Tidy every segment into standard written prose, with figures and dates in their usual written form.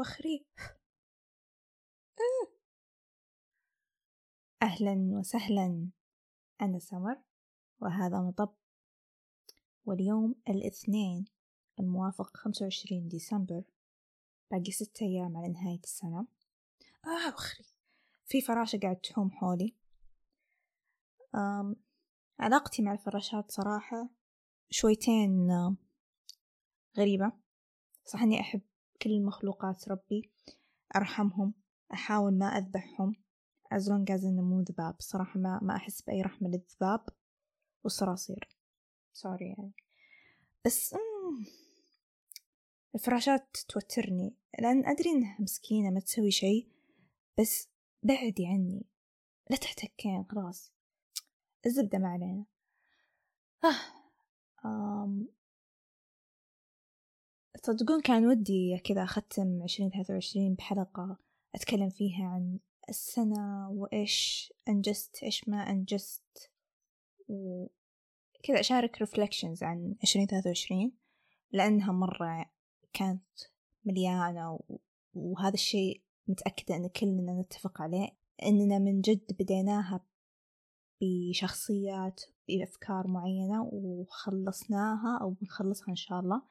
وخري. أهلا وسهلا، أنا سمر وهذا مطب. واليوم الاثنين الموافق 25 ديسمبر، باقي 6 أيام على نهاية السنة. وخري، في فراشة قاعد تحوم حولي. علاقتي مع الفراشات صراحة شويتين غريبة. صح إني أحب كل المخلوقات ربي، أرحمهم، أحاول ما أذبحهم as long as إنه مو ذباب. صراحة ما أحس بأي رحمة للذباب والصراصير، سوري يعني. بس الفراشات توترني، لأن أدري إنها مسكينة ما تسوي شيء، بس بعدي عني، لا تحتكين خلاص. الزبدة ما علينا. تصدقون كان ودي كذا أختم 2023 بحلقة أتكلم فيها عن السنة وإيش أنجزت إيش ما أنجزت، وكذا أشارك reflections عن 2023، لأنها مرة كانت مليانة. وهذا الشيء متأكدة أن كلنا نتفق عليه، أننا من جد بديناها بشخصيات بأفكار معينة وخلصناها أو بنخلصها إن شاء الله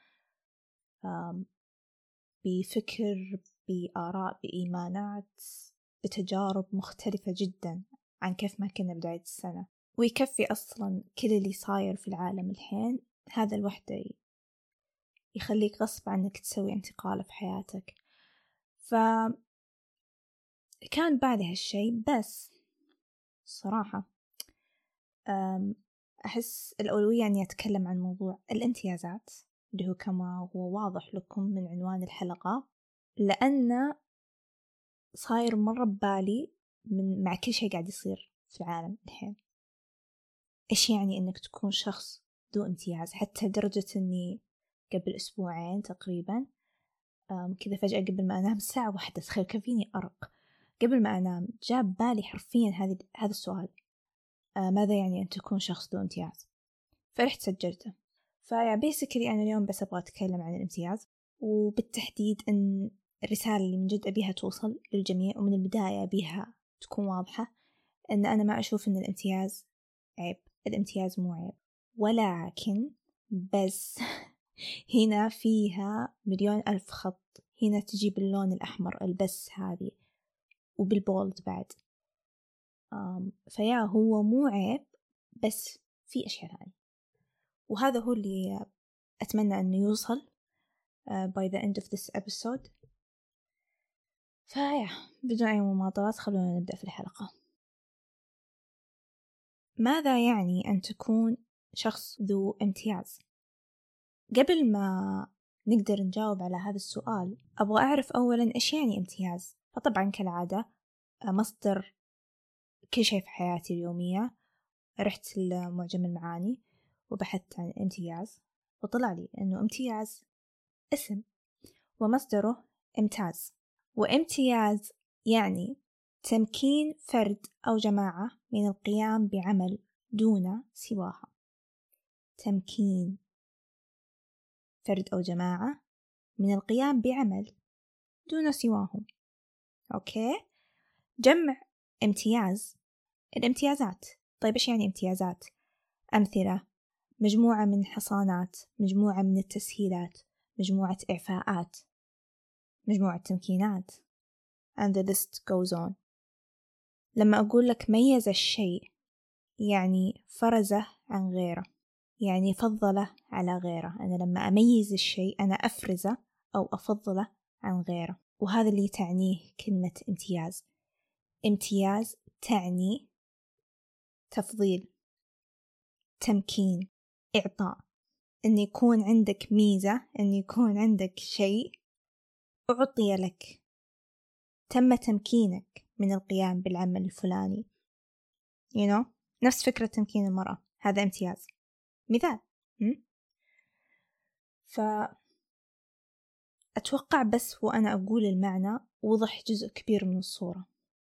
بفكر، بآراء، بإيمانات، بتجارب مختلفة جدا عن كيف ما كنا بداية السنة. ويكفي أصلا كل اللي صاير في العالم الحين، هذا الوحدة يخليك غصب عنك تسوي انتقال في حياتك. فكان بعد هالشي، بس صراحة أحس الأولوية أني أتكلم عن موضوع الامتيازات، اللي هو كما هو واضح لكم من عنوان الحلقة، لأن صاير مرة ببالي مع كل شيء قاعد يصير في العالم الحين. إيش يعني إنك تكون شخص ذو امتياز؟ حتى درجة أني قبل أسبوعين تقريبا كذا فجأة قبل ما أنام الساعة 1، تخيل كفيني أرق، قبل ما أنام جاب بالي حرفيا هذا السؤال، ماذا يعني أن تكون شخص ذو امتياز؟ فرحت سجلته. فيا بيسكلي أنا اليوم بس أبغى أتكلم عن الامتياز، وبالتحديد أن الرسالة اللي من جد أبيها توصل للجميع ومن البداية أبيها تكون واضحة، أن أنا ما أشوف أن الامتياز عيب. الامتياز مو عيب، ولكن بس هنا فيها 1,000,000 خط. هنا تجي باللون الأحمر البس هذه، وبالبولد بعد. فيا هو مو عيب، بس في أشياء ثانية، وهذا هو اللي أتمنى أنه يوصل by the end of this episode. فيا بدون أي مماطلات خلونا نبدأ في الحلقة. ماذا يعني أن تكون شخص ذو امتياز؟ قبل ما نقدر نجاوب على هذا السؤال أبغى أعرف أولاً إيش يعني امتياز. فطبعاً كالعادة مصدر كل شيء في حياتي اليومية، رحت لمعجم المعاني وبحثت عن امتياز، وطلع لي أنه امتياز اسم ومصدره امتاز. وامتياز يعني تمكين فرد أو جماعة من القيام بعمل دون سواها. تمكين فرد أو جماعة من القيام بعمل دون سواهم. أوكي، جمع امتياز الامتيازات. طيب إيش يعني امتيازات؟ أمثلة: مجموعة من الحصانات، مجموعة من التسهيلات، مجموعة إعفاءات، مجموعة تمكينات، and the list goes on. لما أقول لك ميز الشيء، يعني فرزه عن غيره، يعني فضله على غيره. أنا لما أميز الشيء أنا أفرزه أو أفضله عن غيره، وهذا اللي تعنيه كلمة امتياز. امتياز تعني تفضيل، تمكين، إعطاء. أن يكون عندك ميزة، أن يكون عندك شيء أعطي لك، تم تمكينك من القيام بالعمل الفلاني. نفس فكرة تمكين المرأة، هذا امتياز. مثال. فأتوقع بس وأنا أقول المعنى وضح جزء كبير من الصورة،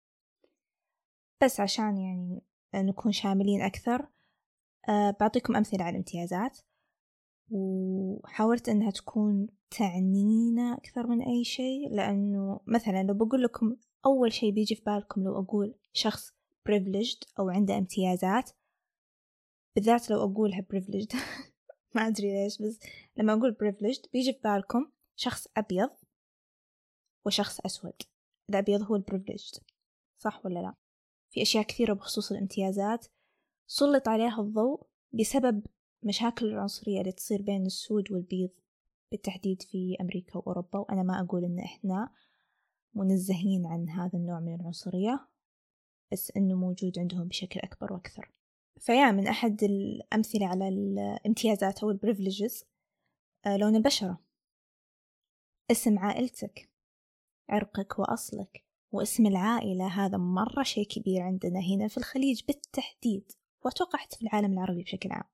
بس عشان يعني نكون شاملين أكثر. بعطيكم أمثلة على الامتيازات، وحاولت أنها تكون تعنينا أكثر من أي شيء. لأنه مثلا لو بقول لكم أول شيء بيجي في بالكم لو أقول شخص privileged أو عنده امتيازات، بالذات لو أقولها privileged ما أدري ليش، بس لما أقول privileged بيجي في بالكم شخص أبيض وشخص أسود. الأبيض هو privileged، صح ولا لا؟ في أشياء كثيرة بخصوص الامتيازات سلط عليها الضوء بسبب مشاكل العنصرية اللي تصير بين السود والبيض بالتحديد في أمريكا وأوروبا. وأنا ما أقول إن إحنا منزهين عن هذا النوع من العنصرية، بس إنه موجود عندهم بشكل أكبر وأكثر. فيا من أحد الأمثلة على الامتيازات أو البريفليجز لون البشرة، اسم عائلتك، عرقك وأصلك، واسم العائلة. هذا مرة شيء كبير عندنا هنا في الخليج بالتحديد، وأتوقع حتى في العالم العربي بشكل عام.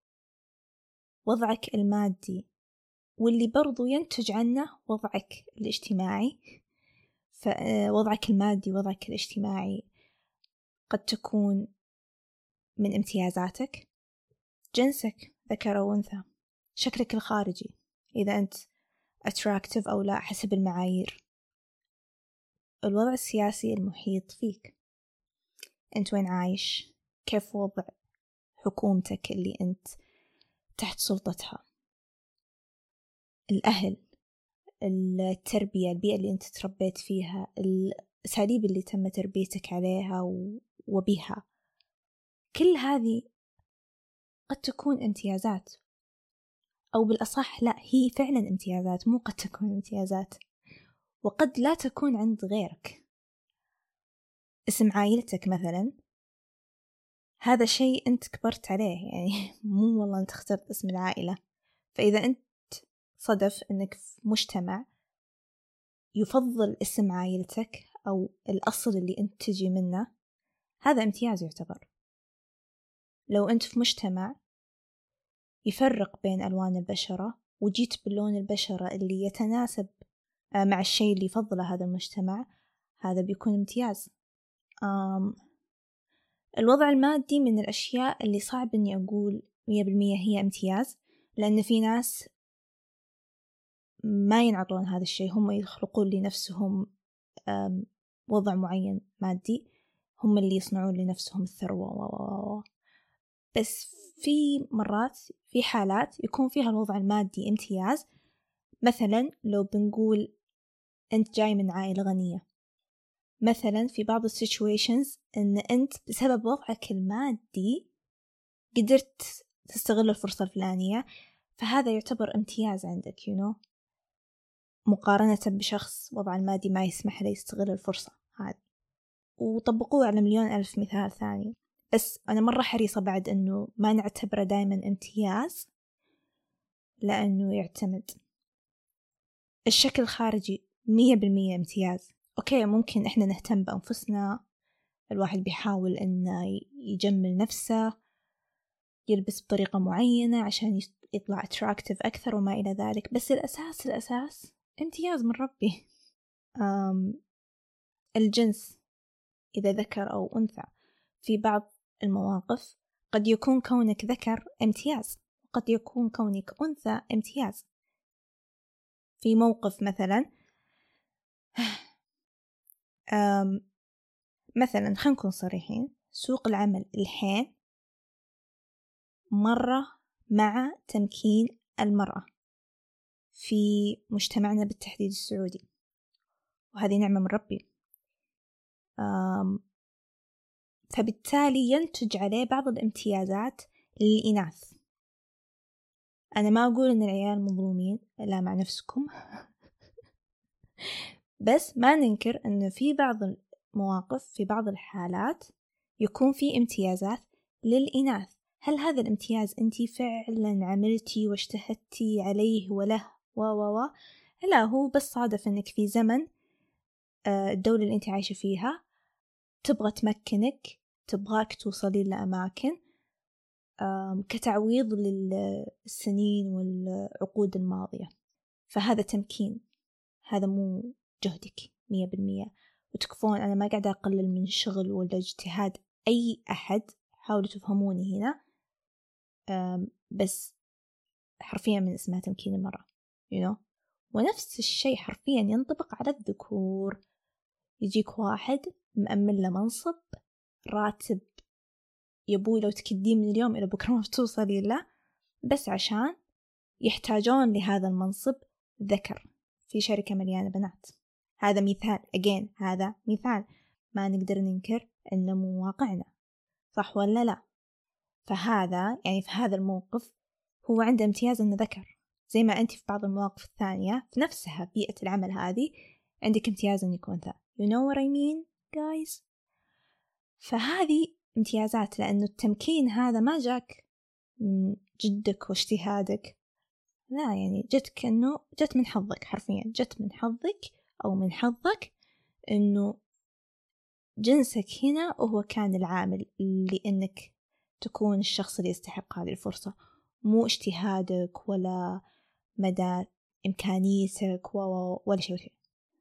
وضعك المادي، واللي برضو ينتج عنه وضعك الاجتماعي. فوضعك المادي وضعك الاجتماعي قد تكون من امتيازاتك. جنسك ذكر أو أنثى، شكلك الخارجي إذا أنت attractive أو لا حسب المعايير، الوضع السياسي المحيط فيك، أنت وين عايش، كيف وضع حكومتك اللي أنت تحت سلطتها، الأهل، التربية، البيئة اللي أنت تربيت فيها، الأساليب اللي تم تربيتك عليها وبها. كل هذه قد تكون امتيازات، أو بالأصح لا، هي فعلا امتيازات، مو قد تكون امتيازات، وقد لا تكون عند غيرك. اسم عائلتك مثلا، هذا شيء أنت كبرت عليه، يعني مو والله أنت اخترت اسم العائلة. فإذا أنت صدف أنك في مجتمع يفضل اسم عائلتك أو الأصل اللي أنت تجي منه، هذا امتياز يعتبر. لو أنت في مجتمع يفرق بين ألوان البشرة وجيت باللون البشرة اللي يتناسب مع الشيء اللي يفضله هذا المجتمع، هذا بيكون امتياز. الوضع المادي من الأشياء اللي صعب أني أقول 100% هي امتياز، لأن في ناس ما ينعطون هذا الشيء، هم يخلقون لنفسهم وضع معين مادي، هم اللي يصنعون لنفسهم الثروة. بس في مرات في حالات يكون فيها الوضع المادي امتياز. مثلا لو بنقول أنت جاي من عائلة غنية، مثلا في بعض السيتويشنز أن أنت بسبب وضعك المادي قدرت تستغل الفرصة الفلانية، فهذا يعتبر امتياز عندك مقارنة بشخص وضع المادي ما يسمح له يستغل الفرصة هذه. وطبقوه على مليون ألف مثال ثاني، بس أنا مرة حريصة بعد أنه ما نعتبره دايما امتياز، لأنه يعتمد. الشكل الخارجي 100% امتياز. أوكي، ممكن إحنا نهتم بأنفسنا، الواحد بيحاول أنه يجمل نفسه، يلبس بطريقة معينة عشان يطلع attractive أكثر وما إلى ذلك، بس الأساس امتياز من ربي. الجنس إذا ذكر أو أنثى، في بعض المواقف قد يكون كونك ذكر امتياز، وقد يكون كونك أنثى امتياز. في موقف مثلا مثلا خلينا نكون صريحين، سوق العمل الحين مرة مع تمكين المرأة في مجتمعنا بالتحديد السعودي، وهذه نعمة من ربي. فبالتالي ينتج عليه بعض الامتيازات للإناث. أنا ما أقول أن العيال مظلومين، لا، مع نفسكم بس ما ننكر أنه في بعض المواقف في بعض الحالات يكون في امتيازات للإناث. هل هذا الامتياز أنتي فعلا عملتي واجتهدتي عليه وله لا، هو بس صادف أنك في زمن الدولة اللي أنتي عايشة فيها تبغى تمكنك، تبغاك توصلي لأماكن كتعويض للسنين والعقود الماضية. فهذا تمكين، هذا مو جهدك 100%. وتكفون أنا ما قاعدة أقلل من شغل ولا اجتهاد أي أحد، حاولوا تفهموني هنا، بس حرفيا من اسمها تمكين المرأة ونفس الشيء حرفيا ينطبق على الذكور. يجيك واحد مأمن له منصب، راتب يبوي لو تكديه من اليوم إلى بكرة ما بتوصلي له، بس عشان يحتاجون لهذا المنصب ذكر في شركة مليانة بنات. هذا مثال، هذا مثال، ما نقدر ننكر إنه مو واقعنا، صح ولا لا؟ فهذا يعني في هذا الموقف هو عنده امتياز إنه ذكر، زي ما أنت في بعض المواقف الثانية في نفسها بيئة العمل هذه عندك امتياز إنه يكون أنثى. You know what I mean guys؟ فهذه امتيازات، لأنه التمكين هذا ما جاك من جدك واجتهادك، لا، يعني جتك إنه جت من حظك، حرفيا جت من حظك أو من حظك إنه جنسك هنا وهو كان العامل لأنك تكون الشخص اللي يستحق هذه الفرصة، مو اجتهادك ولا مدى إمكانيتك ولا شيء.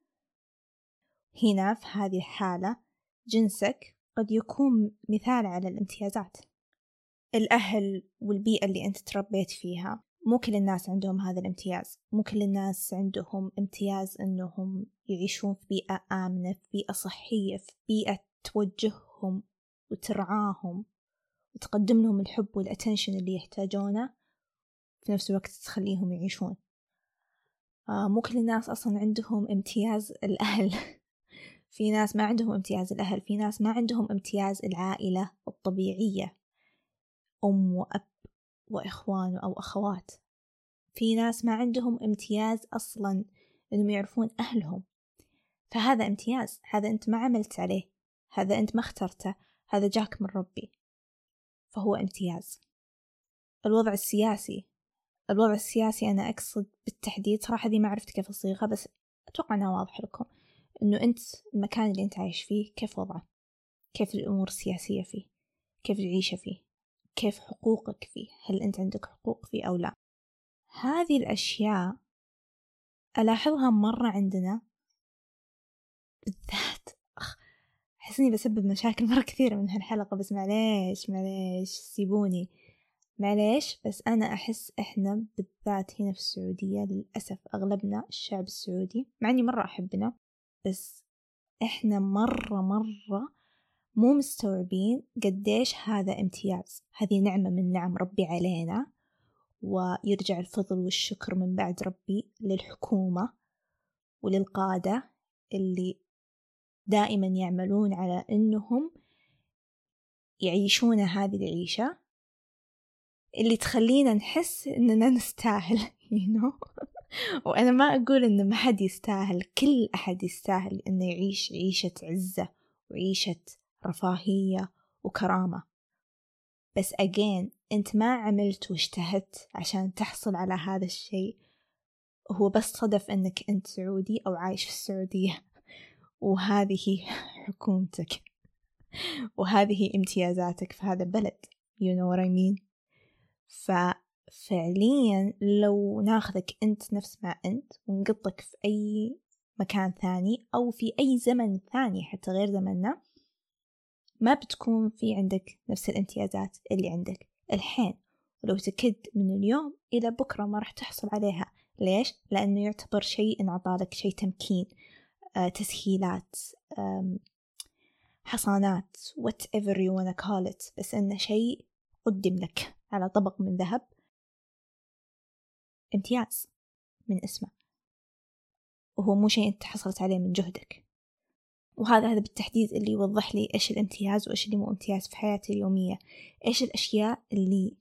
هنا في هذه الحالة جنسك قد يكون مثال على الامتيازات. الأهل والبيئة اللي أنت تربيت فيها، مو كل الناس عندهم هذا الامتياز، مو كل الناس عندهم امتياز أنهم يعيشون في بيئة آمنة، في بيئة صحية، في بيئة توجههم وترعاهم وتقدم لهم الحب والأتنشن اللي يحتاجونه، في نفس الوقت تخليهم يعيشون. مو كل الناس أصلا عندهم امتياز الأهل في ناس ما عندهم امتياز الأهل، في ناس ما عندهم امتياز العائلة الطبيعية، أم وأب وإخوان أو أخوات. في ناس ما عندهم امتياز أصلا إنهم يعرفون أهلهم، فهذا امتياز، هذا أنت ما عملت عليه، هذا أنت ما اخترته، هذا جاك من ربي، فهو امتياز. الوضع السياسي أنا أقصد بالتحديد، صراحة هذه ما عرفت كيف أصيغها، بس أتوقع أنها واضحة لكم، إنه أنت المكان اللي أنت عايش فيه كيف وضعه، كيف الأمور السياسية فيه، كيف العيشة فيه، كيف حقوقك فيه، هل أنت عندك حقوق فيه أو لا. هذه الأشياء ألاحظها مرة عندنا بالذات. أحس إني بسبب مشاكل مرة كثيرة من هالحلقة، بس معليش سيبوني، معليش، بس أنا أحس إحنا بالذات هنا في السعودية للأسف أغلبنا الشعب السعودي، مع إني مرة أحبنا، بس إحنا مرة مو مستوعبين قديش هذا امتياز، هذه نعمة من نعم ربي علينا، ويرجع الفضل والشكر من بعد ربي للحكومة وللقادة اللي دائما يعملون على أنهم يعيشون هذه العيشة اللي تخلينا نحس أننا نستاهل وأنا ما أقول أن ما حد يستاهل، كل أحد يستاهل أنه يعيش عيشة عزة وعيشة رفاهية وكرامة، بس أنت ما عملت واجتهدت عشان تحصل على هذا الشيء، هو بس صدف أنك أنت سعودي أو عايش في السعودية وهذه حكومتك وهذه امتيازاتك في هذا البلد. you know what I mean؟ ففعليا لو ناخذك أنت نفس ما أنت ونقطك في أي مكان ثاني أو في أي زمن ثاني حتى غير زمننا، ما بتكون في عندك نفس الامتيازات اللي عندك الحين، ولو تكد من اليوم إلى بكرة ما راح تحصل عليها. ليش؟ لأنه يعتبر شيء انعطالك، شيء تمكين، تسهيلات، حصانات، whatever you wanna call it، بس إنه شيء قدم لك على طبق من ذهب، امتياز من اسمه، وهو مو شيء أنت حصلت عليه من جهدك. وهذا بالتحديد اللي يوضح لي إيش الامتياز وإيش اللي مو امتياز في حياتي اليومية، إيش الأشياء اللي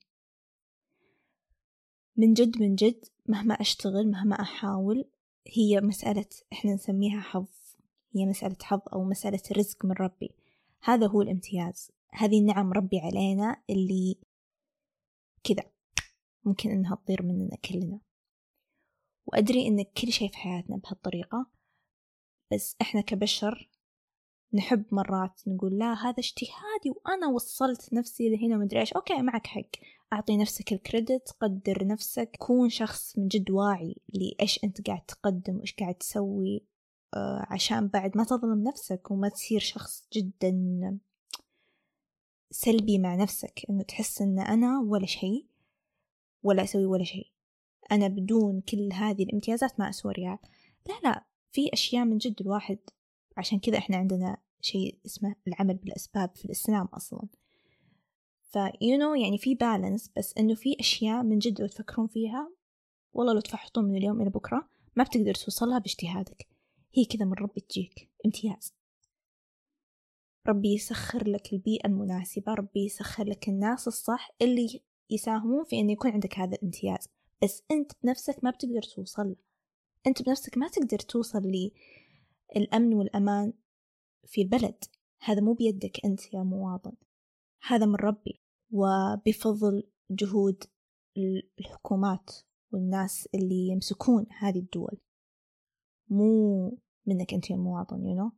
من جد مهما أشتغل مهما أحاول هي مسألة إحنا نسميها حظ، هي مسألة حظ أو مسألة رزق من ربي. هذا هو الامتياز، هذه نعم ربي علينا اللي كذا ممكن إنها تطير مننا كلنا. وأدري إن كل شيء في حياتنا بهالطريقة، بس إحنا كبشر نحب مرات نقول لا هذا اجتهادي وأنا وصلت نفسي لهنا ومدري إيش. أوكي معك حق، أعطي نفسك الكريدت، قدر نفسك، كون شخص من جد واعي لإيش أنت قاعد تقدم وإيش قاعد تسوي، عشان بعد ما تظلم نفسك وما تصير شخص جدا سلبي مع نفسك، إنه تحس إن أنا ولا شيء ولا أسوي ولا شيء. أنا بدون كل هذه الامتيازات ما أسوى ريال. لا، في أشياء من جد الواحد، عشان كذا إحنا عندنا شيء اسمه العمل بالأسباب في الإسلام أصلا. يعني في بالانس، بس إنه في أشياء من جد لو تفكرون فيها والله لو تفحطون من اليوم إلى بكرة ما بتقدر توصلها باجتهادك، هي كذا من ربي تجيك امتياز. ربي يسخر لك البيئة المناسبة، ربي يسخر لك الناس الصح اللي يساهمون في أن يكون عندك هذا الامتياز، بس أنت بنفسك ما بتقدر توصل له. أنت بنفسك ما تقدر توصل للأمن والأمان في البلد، هذا مو بيدك أنت يا مواطن، هذا من ربي وبفضل جهود الحكومات والناس اللي يمسكون هذه الدول، مو منك أنت يا مواطن.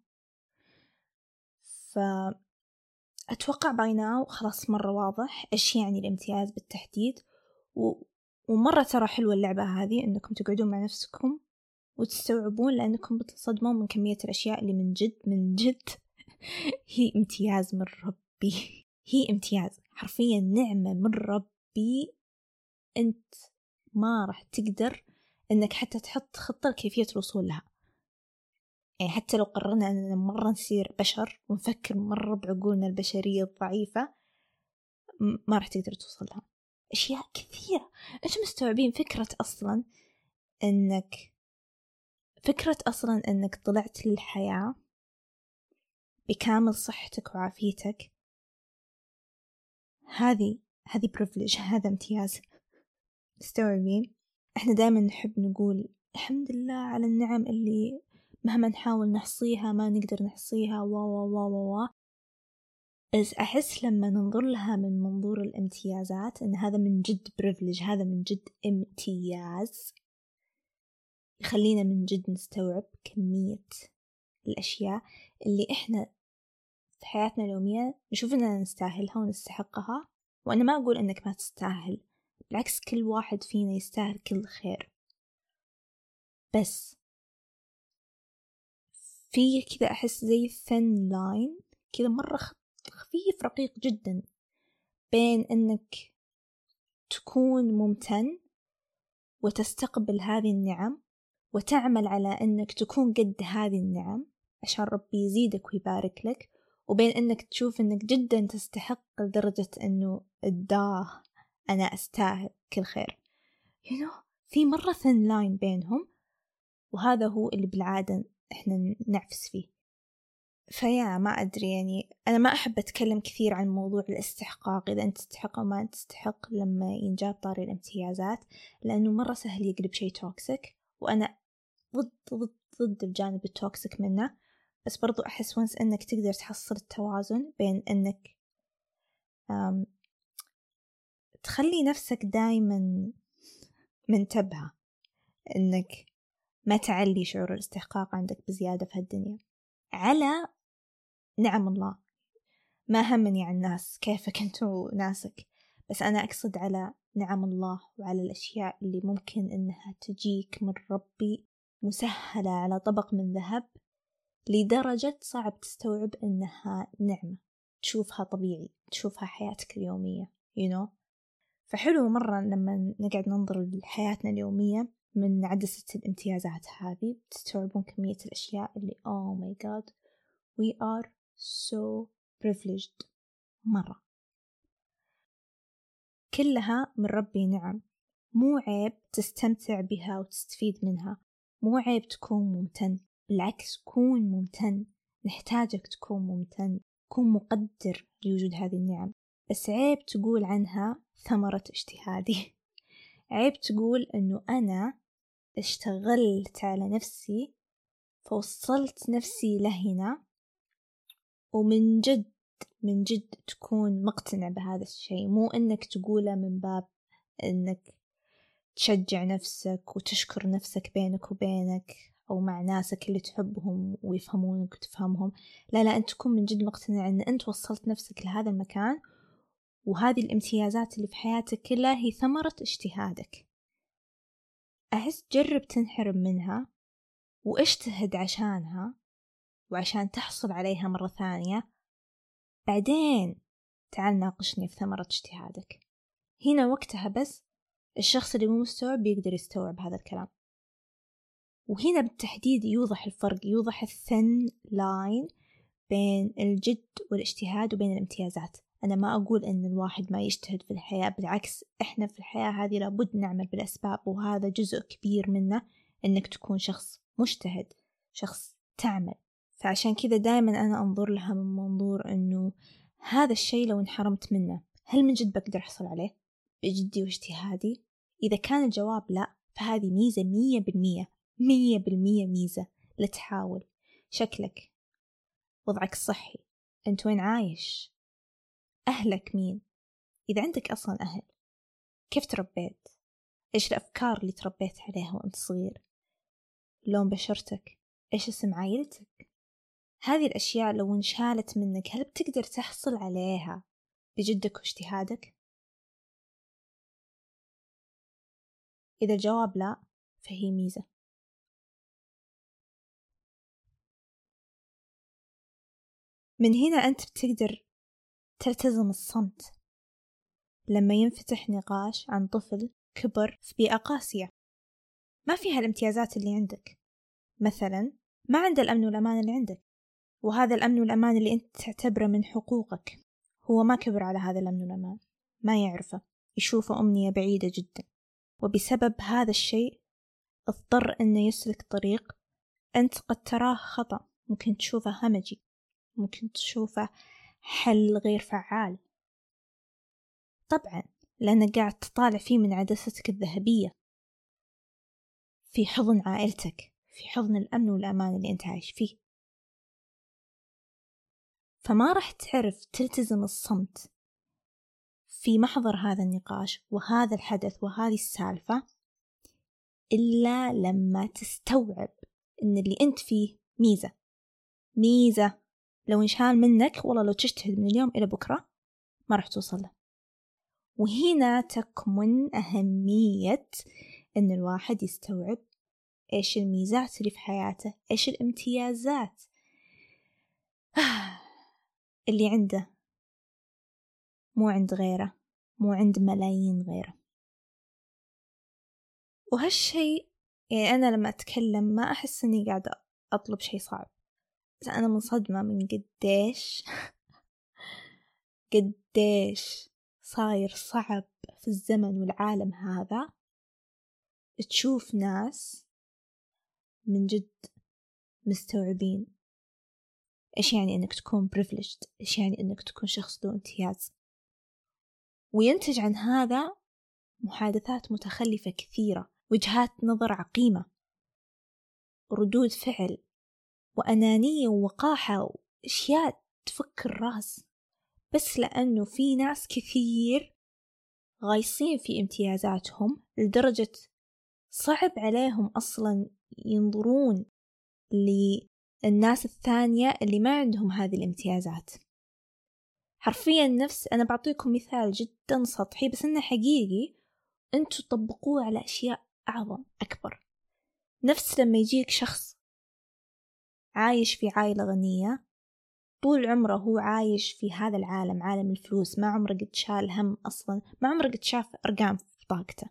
فأتوقع by now خلاص مرة واضح إيش يعني الامتياز بالتحديد. ومرة ترى حلوة اللعبة هذه إنكم تقعدون مع نفسكم وتستوعبون، لأنكم بتصدمون من كمية الأشياء اللي من جد هي امتياز من ربي. هي امتياز حرفيا، نعمة من ربي. أنت ما راح تقدر إنك حتى تحط خطة لكيفية الوصول لها. يعني حتى لو قررنا أننا مرة نصير بشر ونفكر مرة بعقولنا البشرية الضعيفة ما راح تقدر توصل لها. أشياء كثيرة. أنتم مستوعبين فكرة أصلا أنك طلعت للحياة بكامل صحتك وعافيتك؟ هذه privilege، هذا امتياز. مستوعبين؟ احنا دائما نحب نقول الحمد لله على النعم اللي مهما نحاول نحصيها ما نقدر نحصيها و بس أحس لما ننظر لها من منظور الامتيازات إن هذا من جد privilege، هذا من جد امتياز يخلينا من جد نستوعب كمية الأشياء اللي إحنا في حياتنا اليومية نشوف إننا نستاهلها ونستحقها. وأنا ما أقول إنك ما تستاهل، بالعكس كل واحد فينا يستاهل كل خير، بس في كذا أحس زي thin line كذا مرة خفيف رقيق جدا بين إنك تكون ممتن وتستقبل هذه النعم وتعمل على إنك تكون قد هذه النعم عشان ربي يزيدك ويبارك لك، وبين إنك تشوف إنك جدا تستحق لدرجة إنه أنا أستاهل كل خير. في مرة thin line بينهم، وهذا هو اللي بالعادة إحنا نعفس فيه. فيا ما أدري، يعني أنا ما أحب أتكلم كثير عن موضوع الاستحقاق، إذا أنت تستحق أو ما تستحق لما ينجاب طاري الامتيازات، لأنه مرة سهل يقلب شيء توكسيك، وأنا ضد الجانب التوكسيك منه. بس برضو أحس وانس أنك تقدر تحصل التوازن بين أنك تخلي نفسك دايما منتبهة أنك ما تعلي شعور الاستحقاق عندك بزيادة في هالدنيا على نعم الله. ما همني عن الناس كيفك أنتوا ناسك، بس أنا أقصد على نعم الله وعلى الأشياء اللي ممكن أنها تجيك من ربي مسهلة على طبق من ذهب لدرجة صعب تستوعب أنها نعمة، تشوفها طبيعي، تشوفها حياتك اليومية فحلو مرة لما نقعد ننظر لحياتنا اليومية من عدسة الامتيازات هذه، تستوعبون كمية الأشياء اللي oh my god we are so privileged مرة، كلها من ربي نعم. مو عيب تستمتع بها وتستفيد منها، مو عيب تكون ممتن، بالعكس كون ممتن، نحتاجك تكون ممتن، كون مقدر لوجود هذه النعم. بس عيب تقول عنها ثمرة اجتهادي. عيب تقول أنه أنا اشتغلت على نفسي فوصلت نفسي لهنا، ومن جد من جد تكون مقتنع بهذا الشيء، مو أنك تقوله من باب أنك تشجع نفسك وتشكر نفسك بينك وبينك أو مع ناسك اللي تحبهم ويفهمونك وتفهمهم. لا أنت تكون من جد مقتنع أن أنت وصلت نفسك لهذا المكان، وهذه الامتيازات اللي في حياتك كلها هي ثمرة اجتهادك. أحس جرب تنحرم منها واجتهد عشانها وعشان تحصل عليها مرة ثانية، بعدين تعال ناقشني في ثمرة اجتهادك. هنا وقتها بس الشخص اللي مو مستوعب بيقدر يستوعب هذا الكلام. وهنا بالتحديد يوضح الفرق، يوضح الثن لاين بين الجد والاجتهاد وبين الامتيازات. أنا ما أقول أن الواحد ما يجتهد في الحياة، بالعكس إحنا في الحياة هذه لابد نعمل بالأسباب، وهذا جزء كبير منه أنك تكون شخص مجتهد، شخص تعمل. فعشان كذا دائما أنا أنظر لها من منظور أنه هذا الشيء لو انحرمت منه هل من جد بقدر أحصل عليه بجدي واجتهادي؟ إذا كان الجواب لا، فهذه ميزة 100% ميزة. لا تحاول، شكلك، وضعك الصحي، أنت وين عايش، أهلك مين، إذا عندك أصلا أهل، كيف تربيت، إيش الأفكار اللي تربيت عليها وأنت صغير، لون بشرتك، إيش اسم عائلتك. هذه الأشياء لو انشالت منك هل بتقدر تحصل عليها بجدك واجتهادك؟ إذا الجواب لا، فهي ميزة. من هنا أنت بتقدر تلتزم الصمت لما ينفتح نقاش عن طفل كبر في بيئة قاسية ما فيها الامتيازات اللي عندك، مثلا ما عنده الأمن والأمان اللي عندك، وهذا الأمن والأمان اللي أنت تعتبره من حقوقك هو ما كبر على هذا الأمن والأمان، ما يعرفه، يشوفه أمنية بعيدة جدا، وبسبب هذا الشيء اضطر أنه يسلك طريق أنت قد تراه خطأ، ممكن تشوفه همجي، ممكن تشوفه حل غير فعال. طبعا لأنك قاعد تطالع فيه من عدستك الذهبية، في حضن عائلتك، في حضن الأمن والأمان اللي أنت عايش فيه، فما راح تعرف تلتزم الصمت في محضر هذا النقاش وهذا الحدث وهذه السالفة إلا لما تستوعب إن اللي أنت فيه ميزة لو انشال منك والله لو تجتهد من اليوم إلى بكرة ما راح توصل له. وهنا تكمن أهمية إن الواحد يستوعب إيش الميزات اللي في حياته، إيش الامتيازات اللي عنده مو عند غيره، مو عند ملايين غيره. وهالشيء يعني أنا لما أتكلم ما أحس أني قاعدة أطلب شيء صعب، بس أنا منصدمة من قديش صاير صعب في الزمن والعالم هذا تشوف ناس من جد مستوعبين إيش يعني إنك تكون privileged، إيش يعني إنك تكون شخص ذو امتياز، وينتج عن هذا محادثات متخلفة كثيرة، وجهات نظر عقيمة، ردود فعل، وأنانية ووقاحة، وأشياء تفك الرأس، بس لأنه في ناس كثير غايصين في امتيازاتهم لدرجة صعب عليهم أصلا ينظرون للناس الثانية اللي ما عندهم هذه الامتيازات. حرفيا نفس أنا بعطيكم مثال جدا سطحي بس إنه حقيقي، أنتوا تطبقوه على أشياء أعظم أكبر. نفس لما يجيك شخص عايش في عائلة غنية طول عمره هو عايش في هذا العالم، عالم الفلوس، ما عمره قد شال هم أصلا، ما عمره قد شاف أرقام في بطاقته،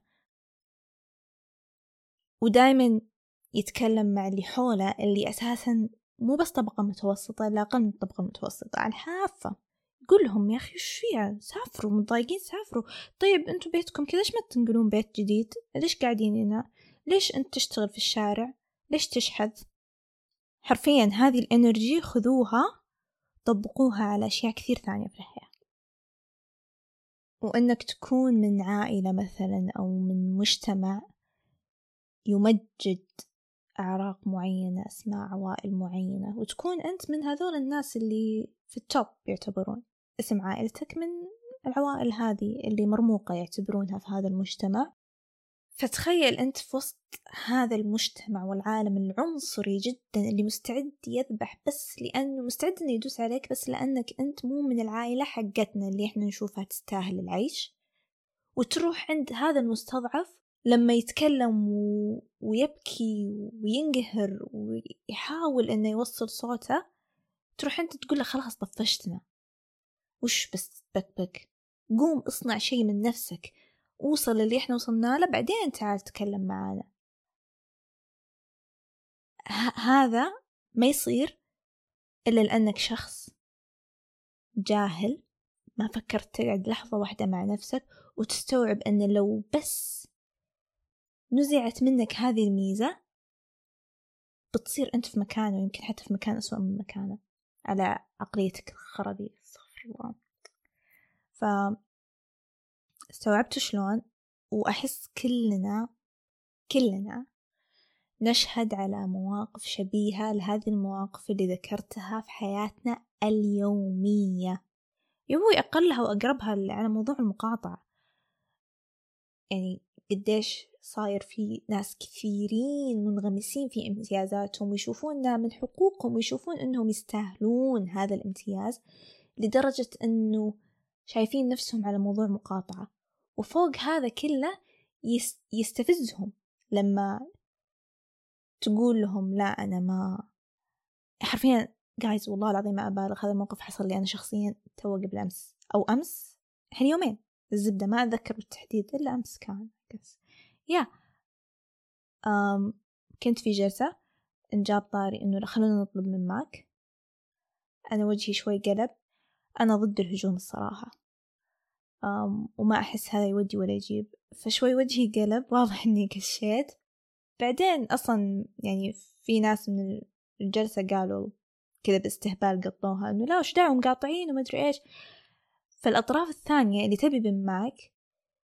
ودايما يتكلم مع اللي حوله اللي أساسا مو بس طبقة متوسطة، لا أقل من الطبقة المتوسطة على الحافة. قول لهم يا أخي وش فيها، سافروا، متضايقين سافروا، طيب أنتوا بيتكم كذا ليش ما تنقلون بيت جديد، ليش قاعدين هنا، ليش أنت تشتغل في الشارع، ليش تشحذ. حرفيا هذه الانرجي خذوها طبقوها على أشياء كثير ثانية في الحياة. وأنك تكون من عائلة مثلا أو من مجتمع يمجد أعراق معينة، أسماء عوائل معينة، وتكون أنت من هذول الناس اللي في التوب يعتبرون، اسم عائلتك من العوائل هذه اللي مرموقة يعتبرونها في هذا المجتمع. فتخيل أنت في وسط هذا المجتمع والعالم العنصري جدا اللي مستعد يذبح بس لأنه مستعد أنه يدوس عليك بس لأنك أنت مو من العائلة حقتنا اللي إحنا نشوفها تستاهل العيش، وتروح عند هذا المستضعف لما يتكلم ويبكي وينقهر ويحاول أنه يوصل صوته، تروح أنت تقول له خلاص طفشتنا، وش بس بك قوم اصنع شيء من نفسك، وصل اللي إحنا وصلنا له، بعدين تعال تكلم معانا. هذا ما يصير إلا لأنك شخص جاهل، ما فكرت تقعد لحظة واحدة مع نفسك وتستوعب أن لو بس نزعت منك هذه الميزة بتصير أنت في مكانه، ويمكن حتى في مكان أسوأ من مكانه على عقليتك الخرابية. استغفر الله. فاستوعبت شلون، وأحس كلنا نشهد على مواقف شبيهة لهذه المواقف اللي ذكرتها في حياتنا اليومية، يبوي أقلها وأقربها على موضوع المقاطعة. يعني قديش صاير في ناس كثيرين منغمسين في امتيازاتهم ويشوفون من حقوقهم ويشوفون أنهم يستاهلون هذا الامتياز، لدرجة أنه شايفين نفسهم على موضوع مقاطعة. وفوق هذا كله يستفزهم لما تقول لهم لا أنا ما، حرفيا جايز والله العظيم ما أبالغ، هذا الموقف حصل لي أنا شخصيا تو قبل أمس أو أمس، يعني يومين الزبدة، ما أتذكر بالتحديد إلا أمس كان كنت في جلسة، انجاب طاري إنه خلونا نطلب من ماك. أنا وجهي شوي قلب، أنا ضد الهجوم الصراحة، وما أحس هذا يودي ولا يجيب، فشوي وجهي قلب، واضح إني كشيت. بعدين أصلا يعني في ناس من الجلسة قالوا كذا باستهبال، قطوها إنه لا وش دعوا مقاطعين وما أدري إيش. فالأطراف الثانية اللي تبي بن ماك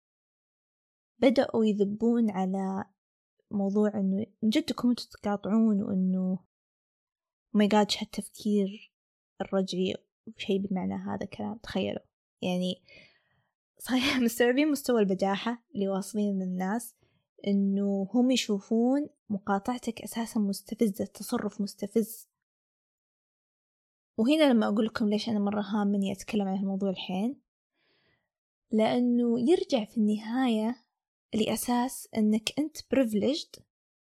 بدأوا يذبون على موضوع إنه من جدكم أنتوا تقاطعون، وإنه ما يقادش هالتفكير الرجعي وشيء بمعنى هذا كلام. تخيلوا يعني صحيح مستوعبين مستوى البجاحة اللي واصلين للناس، إنه هم يشوفون مقاطعتك أساسا مستفزة، تصرف مستفز. وهنا لما أقول لكم ليش أنا مرة هامني أتكلم عن الموضوع الحين، لأنه يرجع في النهاية لأساس أنك أنت privileged،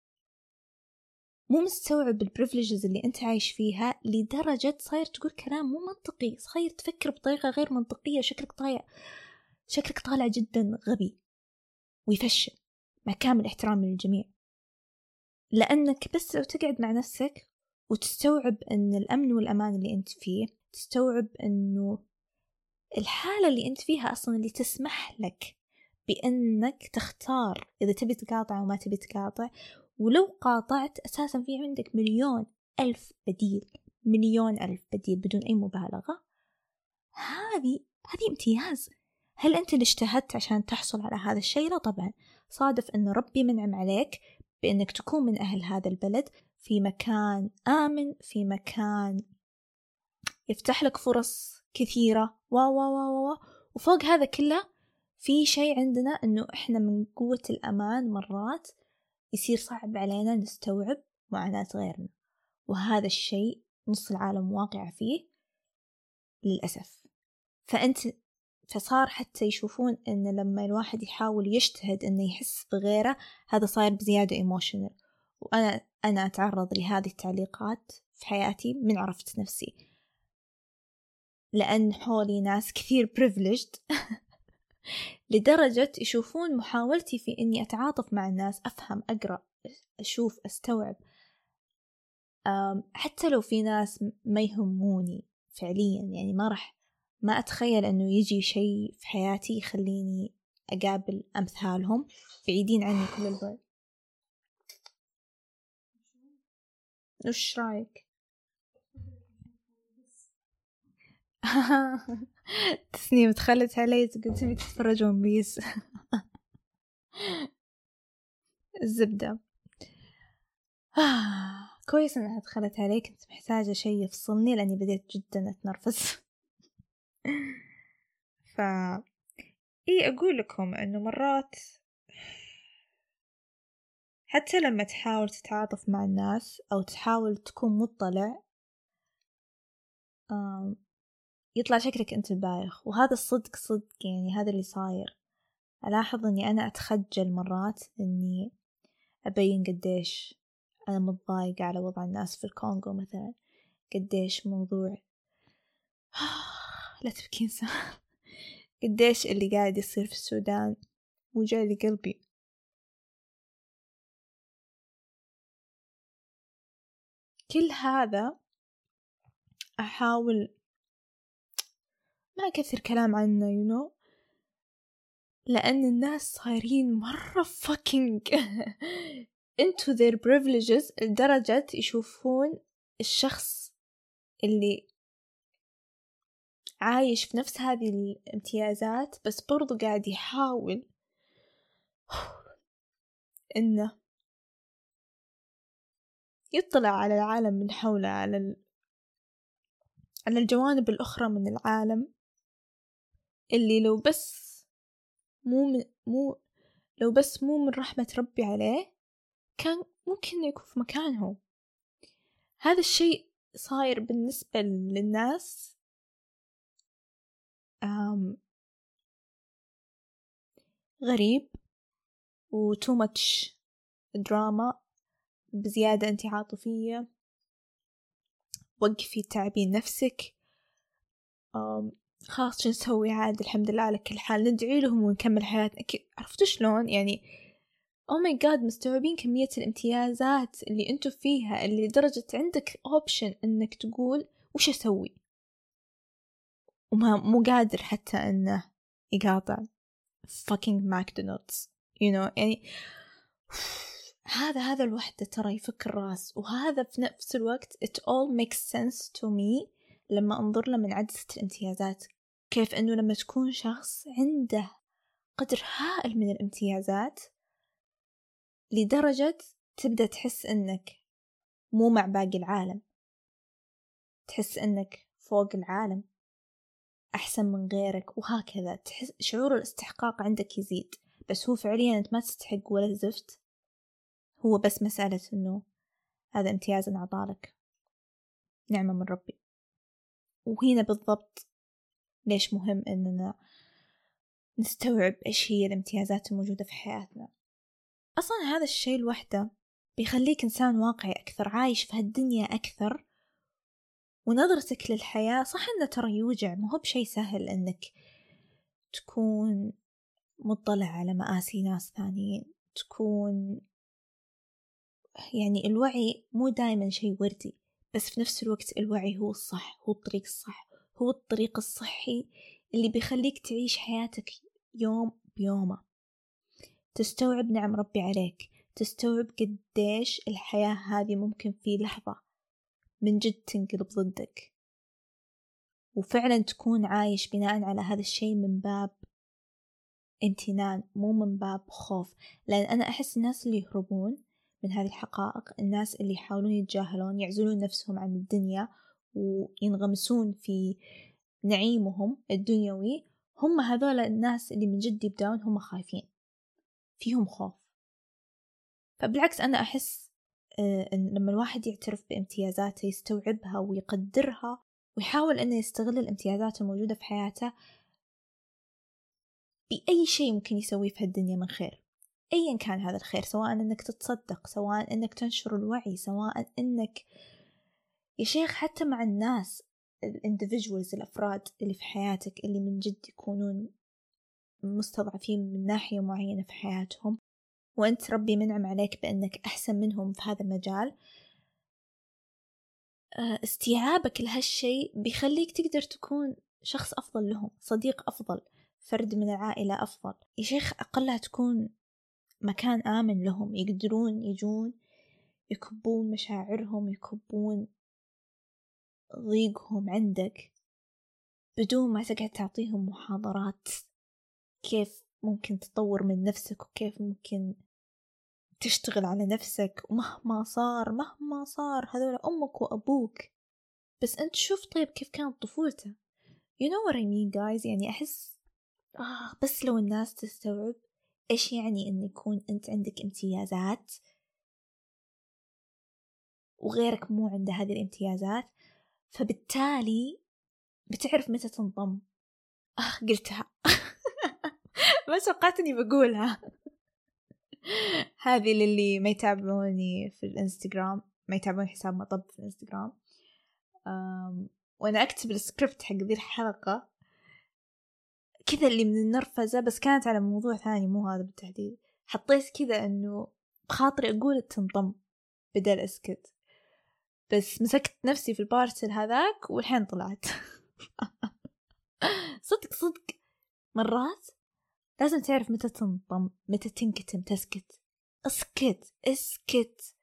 مو مستوعب البريفليجز اللي أنت عايش فيها، لدرجة صاير تقول كلام مو منطقي، صاير تفكر بطريقة غير منطقية، شكلك طالع جدا غبي ويفشل، مع كامل احترامي للجميع. لأنك بس لو تقعد مع نفسك وتستوعب أن الأمن والأمان اللي أنت فيه، تستوعب أنه الحالة اللي أنت فيها أصلا اللي تسمح لك بأنك تختار إذا تبي تقاطع أو ما تبي تقاطع. ولو قاطعت أساسا في عندك مليون ألف بديل بدون أي مبالغة. هذه امتياز. هل أنت اللي اجتهدت عشان تحصل على هذا الشيء؟ لا طبعا، صادف أن ربي منعم عليك بأنك تكون من أهل هذا البلد، في مكان آمن، في مكان يفتح لك فرص كثيرة وفوق هذا كله في شيء عندنا أنه إحنا من قوة الأمان مرات يصير صعب علينا نستوعب معاناة غيرنا، وهذا الشيء نص العالم واقع فيه للأسف. فصار حتى يشوفون أن لما الواحد يحاول يجتهد أنه يحس بغيره، هذا صاير بزيادة إيموشنال. وأنا أتعرض لهذه التعليقات في حياتي من عرفت نفسي، لأن حولي ناس كثير privileged لدرجة يشوفون محاولتي في أني أتعاطف مع الناس، أفهم، أقرأ، أشوف، أستوعب، حتى لو في ناس ما يهموني فعليا، يعني ما أتخيل أنه يجي شيء في حياتي يخليني أقابل أمثالهم بعيدين عني كل البعد. وش رأيك؟ تسنيم تخلت علي تقول تبي تتفرج ون بيس. الزبدة. كويس أنها دخلت علي، كنت محتاجة شيء يفصلني لأني بديت جدا أتنرفز. أقول لكم أنه مرات حتى لما تحاول تتعاطف مع الناس أو تحاول تكون مطلع، يطلع شكلك أنت البايخ. وهذا الصدق صدق، يعني هذا اللي صاير. ألاحظ أني أنا أتخجل مرات أني أبين قديش أنا متضايقة على وضع الناس في الكونغو مثلا، قديش موضوع لا تبكين قديش اللي قاعد يصير في السودان وجالي قلبي. كل هذا أحاول ما أكثر كلام عنه لأن الناس صايرين مرة fucking into their privileges لدرجة يشوفون الشخص اللي عايش في نفس هذه الامتيازات بس برضو قاعد يحاول إنه يطلع على العالم من حوله، على الجوانب الأخرى من العالم اللي لو بس مو من رحمة ربي عليه كان ممكن يكون في مكانه. هذا الشيء صاير بالنسبة للناس غريب و too much دراما بزيادة. أنت عاطفية، وقفي تعبين نفسك. خلاص شو نسوي؟ عاد الحمد لله على كل حال، ندعي لهم ونكمل حياتنا. عرفتوا شلون يعني؟ oh my god، مستوعبين كمية الامتيازات اللي انتو فيها، اللي درجة عندك option انك تقول وش اسوي، مو قادر حتى انه يقاطع fucking McDonald's يعني هذا الوحدة ترى يفك الراس. وهذا في نفس الوقت it all makes sense to me لما انظر له من عدسة الامتيازات. كيف انه لما تكون شخص عنده قدر هائل من الامتيازات لدرجة تبدأ تحس انك مو مع باقي العالم، تحس انك فوق العالم، احسن من غيرك، وهكذا تحس شعور الاستحقاق عندك يزيد. بس هو فعليا انت ما تستحق ولا زفت، هو بس مسألة انه هذا امتياز انعطالك، نعمة من ربي. وهنا بالضبط ليش مهم اننا نستوعب ايش هي الامتيازات الموجودة في حياتنا. اصلا هذا الشيء لوحده بيخليك انسان واقعي اكثر، عايش في هالدنيا اكثر، ونظرتك للحياة. صح انه ترى يوجع، مو بشيء سهل انك تكون مطلع على مآسي ناس ثانيين، تكون يعني الوعي مو دائما شيء وردي، بس في نفس الوقت الوعي هو الصح، هو الطريق الصح، هو الطريق الصحي اللي بيخليك تعيش حياتك يوم بيومه، تستوعب نعم ربي عليك، تستوعب قديش الحياة هذه ممكن في لحظة من جد تنقلب ضدك، وفعلا تكون عايش بناء على هذا الشيء من باب امتنان، مو من باب خوف. لأن أنا أحس الناس اللي يهربون من هذه الحقائق، الناس اللي يحاولون يتجاهلون، يعزلون نفسهم عن الدنيا وينغمسون في نعيمهم الدنيوي، هم هذول الناس اللي من جد يبدأون هم خايفين، فيهم خوف. فبالعكس أنا أحس إن لما الواحد يعترف بامتيازاته، يستوعبها ويقدرها ويحاول أنه يستغل الامتيازات الموجودة في حياته بأي شيء ممكن يسويه في هالدنيا من خير، أيا كان هذا الخير، سواء أنك تتصدق، سواء أنك تنشر الوعي، سواء أنك يا شيخ حتى مع الناس individuals، الأفراد اللي في حياتك اللي من جد يكونون مستضعفين من ناحية معينة في حياتهم، وأنت ربي منعم عليك بأنك أحسن منهم في هذا المجال. استيعابك لهالشيء بيخليك تقدر تكون شخص أفضل لهم، صديق أفضل، فرد من العائلة أفضل. يا شيخ أقلها تكون مكان آمن لهم، يقدرون يجون يكبون مشاعرهم، يكبون ضيقهم عندك بدون ما تقعد تعطيهم محاضرات كيف ممكن تطور من نفسك وكيف ممكن تشتغل على نفسك. ومهما صار هذول أمك وأبوك، بس أنت شوف طيب كيف كانت طفولته. you know what I mean guys؟ يعني أحس بس لو الناس تستوعب إيش يعني إن يكون أنت عندك امتيازات وغيرك مو عنده هذه الامتيازات، فبالتالي بتعرف متى تنضم. قلتها ما توقعت إني بقولها. هذه للي ما يتابعوني في الانستغرام، ما يتابعون حساب مطب في الانستغرام، وأنا أكتب السكريبت حق ذي الحلقة كذا اللي من النرفزة، بس كانت على موضوع ثاني مو هذا بالتحديد. حطيت كذا إنه بخاطري أقول تنضم بدل أسكت، بس مسكت نفسي في البارسل هذاك والحين طلعت. صدق مرات لازم تعرف متى تنضم، متى تنكتم، تسكت. اسكت.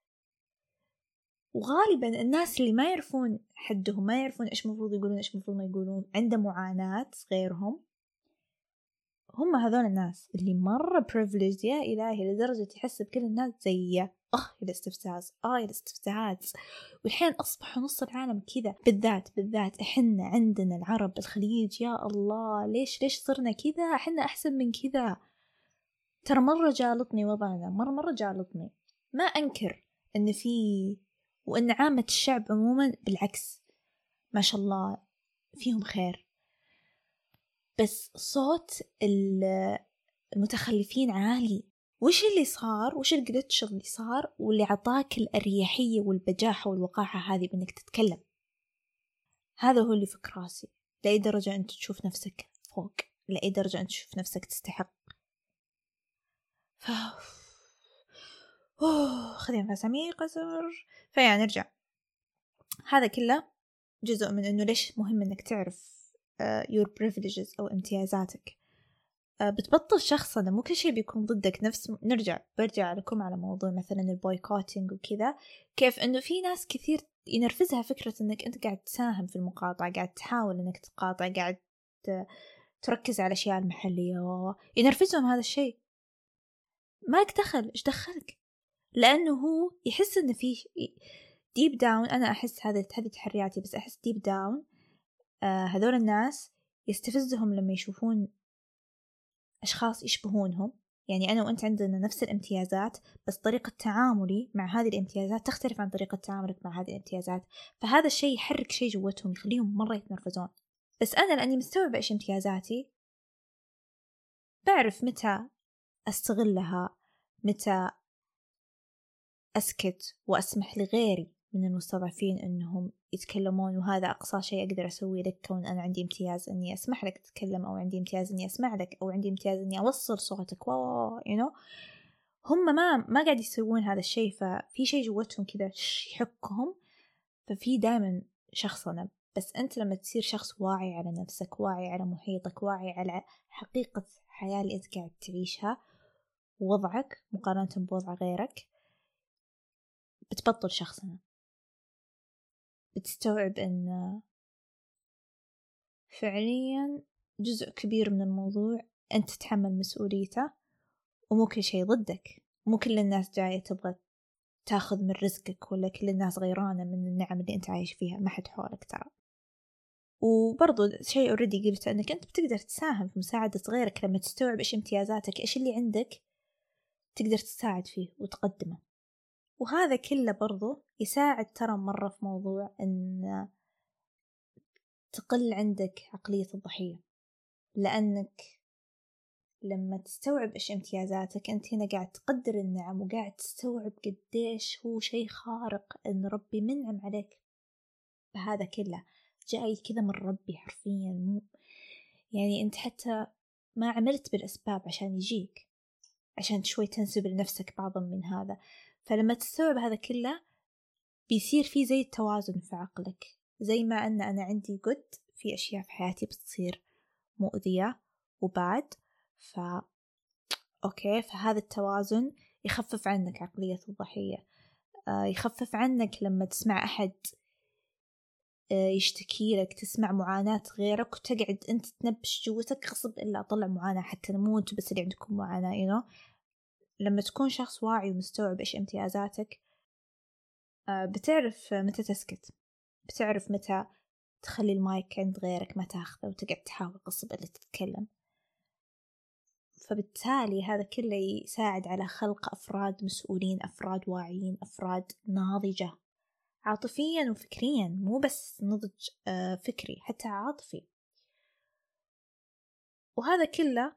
وغالبا الناس اللي ما يعرفون حدهم، ما يعرفون إيش مفروض يقولون إيش مفروض ما يقولون، عنده معاناة غيرهم، هم هذول الناس اللي مرة privileged يا إلهي، لدرجة يحس بكل الناس زيه. يا الاستفزاز. والحين أصبحوا نص العالم كذا، بالذات إحنا عندنا العرب الخليج، يا الله ليش صرنا كذا؟ إحنا أحسن من كذا. ترى مرة جالطني وضعنا، مرة جالطني. ما أنكر إن وإن عامة الشعب عموما بالعكس ما شاء الله فيهم خير، بس صوت المتخلفين عالي. وش اللي صار؟ وش الجلتش اللي صار واللي عطاك الأريحية والبجاحة والوقاحة هذه بأنك تتكلم؟ هذا هو اللي في راسي. لأي درجة أنت تشوف نفسك فوق، لأي درجة أنت تشوف نفسك تستحق. خذين نفس عميق قصر. فيعني نرجع، هذا كله جزء من إنه ليش مهم إنك تعرف your privileges أو امتيازاتك. بتبطل شخصنا، مو كل شيء بيكون ضدك. برجع لكم على موضوع مثلا البويكوتينج وكذا، كيف إنه في ناس كثير ينرفزها فكرة إنك أنت قاعد تساهم في المقاطعة، قاعد تحاول إنك تقاطع، قاعد تركز على الأشياء المحلية، ينرفزهم هذا الشيء. مالك دخل، إيش دخلك؟ لأنه هو يحس إن في ديب داون. أنا أحس هذه تحرياتي، بس أحس ديب داون هذول الناس يستفزهم لما يشوفون أشخاص يشبهونهم. يعني أنا وأنت عندنا نفس الامتيازات، بس طريقة تعاملي مع هذه الامتيازات تختلف عن طريقة تعاملك مع هذه الامتيازات، فهذا الشيء يحرك شيء جوتهم، يخليهم مرة يتنرفزون. بس أنا لأني مستوعبة إيش امتيازاتي، بعرف متى أستغلها، متى أسكت وأسمح لغيري من المستضعفين إنهم يتكلمون. وهذا أقصى شيء أقدر أسويه لك، كون أنا عندي امتياز إني أسمح لك تتكلم، أو عندي امتياز إني أسمع لك، أو عندي امتياز إني أوصل صوتك. هم ما قاعد يسوون هذا الشيء، ففي شيء جوتهم كذا يحكهم، ففي دائما شخصنا. بس أنت لما تصير شخص واعي على نفسك، واعي على محيطك، واعي على حقيقة الحياة اللي أنت قاعد تعيشها ووضعك مقارنة بوضع غيرك، بتبطل شخصنا. بتستوعب أن فعليا جزء كبير من الموضوع أنت تتحمل مسؤوليته، ومو كل شيء ضدك. مو كل الناس جاية تبغى تاخذ من رزقك، ولا كل الناس غيرانة من النعم اللي أنت عايش فيها. ما حد حولك ترى. وبرضو شيء أوريدي قلت، أنك أنت بتقدر تساهم في مساعدة غيرك لما تستوعب إيش امتيازاتك، إيش اللي عندك تقدر تساعد فيه وتقدمه. وهذا كله برضو يساعد ترى مرة في موضوع أن تقل عندك عقلية الضحية، لأنك لما تستوعب إيش امتيازاتك، أنت هنا قاعد تقدر النعم، وقاعد تستوعب قديش هو شيء خارق أن ربي منعم عليك بهذا كله، جاي كذا من ربي حرفيا. يعني أنت حتى ما عملت بالأسباب عشان يجيك، عشان شوي تنسب لنفسك بعضا من هذا. فلما تستوعب هذا كله بيصير في زي التوازن في عقلك، زي ما أنا عندي قد في أشياء في حياتي بتصير مؤذية وبعد، أوكي، فهذا التوازن يخفف عنك عقلية الضحية. يخفف عنك لما تسمع أحد يشتكي لك، تسمع معاناة غيرك وتقعد أنت تنبش جوتك غصب إلا أطلع معاناة، حتى مو أنتوا بس اللي عندكم معاناة. لما تكون شخص واعي ومستوعب إيش امتيازاتك، بتعرف متى تسكت، بتعرف متى تخلي المايك عند غيرك ما تاخذه وتقعد تحاول غصب إلا تتكلم. فبالتالي هذا كله يساعد على خلق أفراد مسؤولين، أفراد واعيين، أفراد ناضجة عاطفيا وفكريا، مو بس نضج فكري، حتى عاطفي. وهذا كله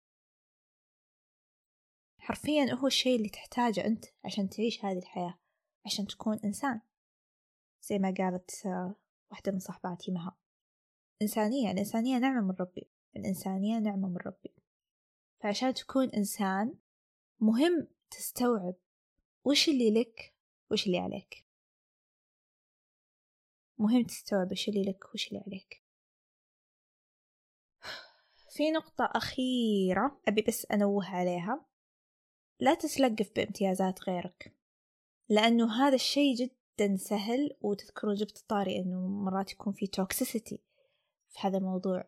حرفيا هو الشيء اللي تحتاجه أنت عشان تعيش هذه الحياة، عشان تكون إنسان. زي ما قالت واحدة من صحباتي مها، الإنسانية نعمة من ربي. الإنسانية نعمة من ربي. فعشان تكون إنسان مهم تستوعب وش اللي لك وش اللي عليك. مهم تستوعب وش اللي لك وش اللي عليك. في نقطة أخيرة أبي بس أنوه عليها، لا تتلقف بامتيازات غيرك، لأنه هذا الشيء جدا سهل. وتذكروا جبت الطاري أنه مرات يكون في توكسيسيتي في هذا الموضوع،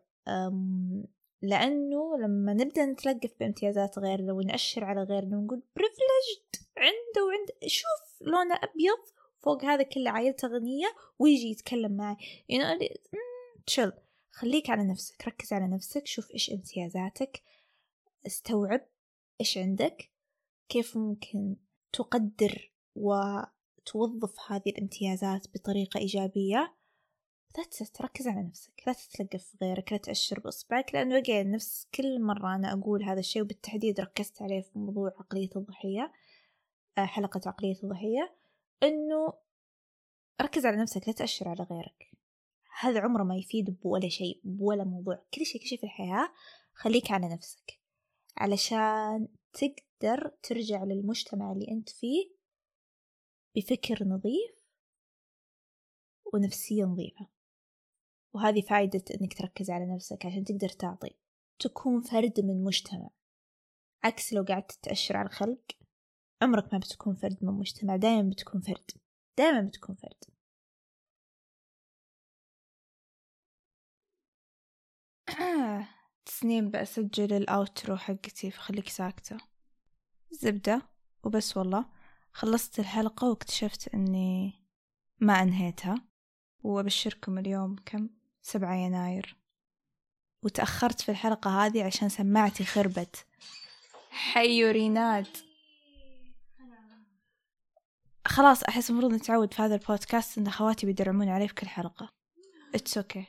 لأنه لما نبدأ نتلقف بامتيازات غيرنا ونأشر على غيرنا ونقول privileged عنده وعند، شوف لونه أبيض فوق هذا كله عائلته غنية ويجي يتكلم معي تشل. خليك على نفسك، ركز على نفسك، شوف إيش امتيازاتك، استوعب إيش عندك، كيف ممكن تقدر وتوظف هذه الامتيازات بطريقة إيجابية. لا تركز على نفسك، لا تتلقف غيرك، لا تأشر بإصبعك، لأنه بقى نفس كل مرة أنا أقول هذا الشيء، وبالتحديد ركزت عليه في موضوع عقلية الضحية، حلقة عقلية الضحية، إنه ركز على نفسك، لا تأشر على غيرك. هذا عمره ما يفيد بولا شيء، بولا موضوع. كل شيء في الحياة خليك على نفسك علشان تقدر ترجع للمجتمع اللي أنت فيه بفكر نظيف ونفسية نظيفة. وهذه فائدة أنك تركز على نفسك عشان تقدر تعطي، تكون فرد من مجتمع. عكس لو قعدت تأشر على الخلق عمرك ما بتكون فرد من مجتمع، دائما بتكون فرد، دائما بتكون فرد. سنين بأسجل الأوترو حقتي فخليك ساكتة. زبدة وبس. والله خلصت الحلقة واكتشفت أني ما أنهيتها، وأبشركم اليوم كم 7 يناير، وتأخرت في الحلقة هذه عشان سماعتي خربت. حيو ريناد. خلاص أحس المفروض نتعود في هذا البودكاست إن خواتي بيدرعمون علي في كل حلقة. It's okay.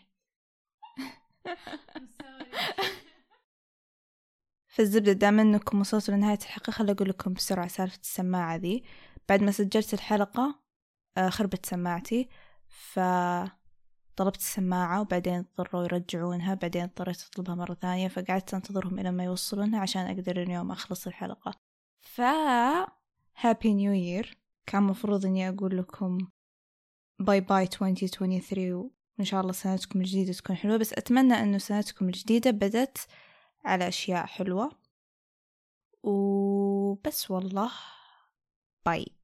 في الزبدة دام أنكم وصلتوا لنهاية الحلقة، خلي أقول لكم بسرعة سالفة السماعة ذي. بعد ما سجلت الحلقة خربت سماعتي، فطلبت السماعة وبعدين اضطروا يرجعونها، بعدين اضطريت أطلبها مرة ثانية، فقعدت أنتظرهم إلى ما يوصلونها عشان أقدر اليوم أخلص الحلقة. Happy New Year. كان مفروض إني أقول لكم باي باي 2023 وإن شاء الله سنتكم الجديدة تكون حلوة، بس أتمنى أنه سنتكم الجديدة بدت على أشياء حلوة وبس. والله باي.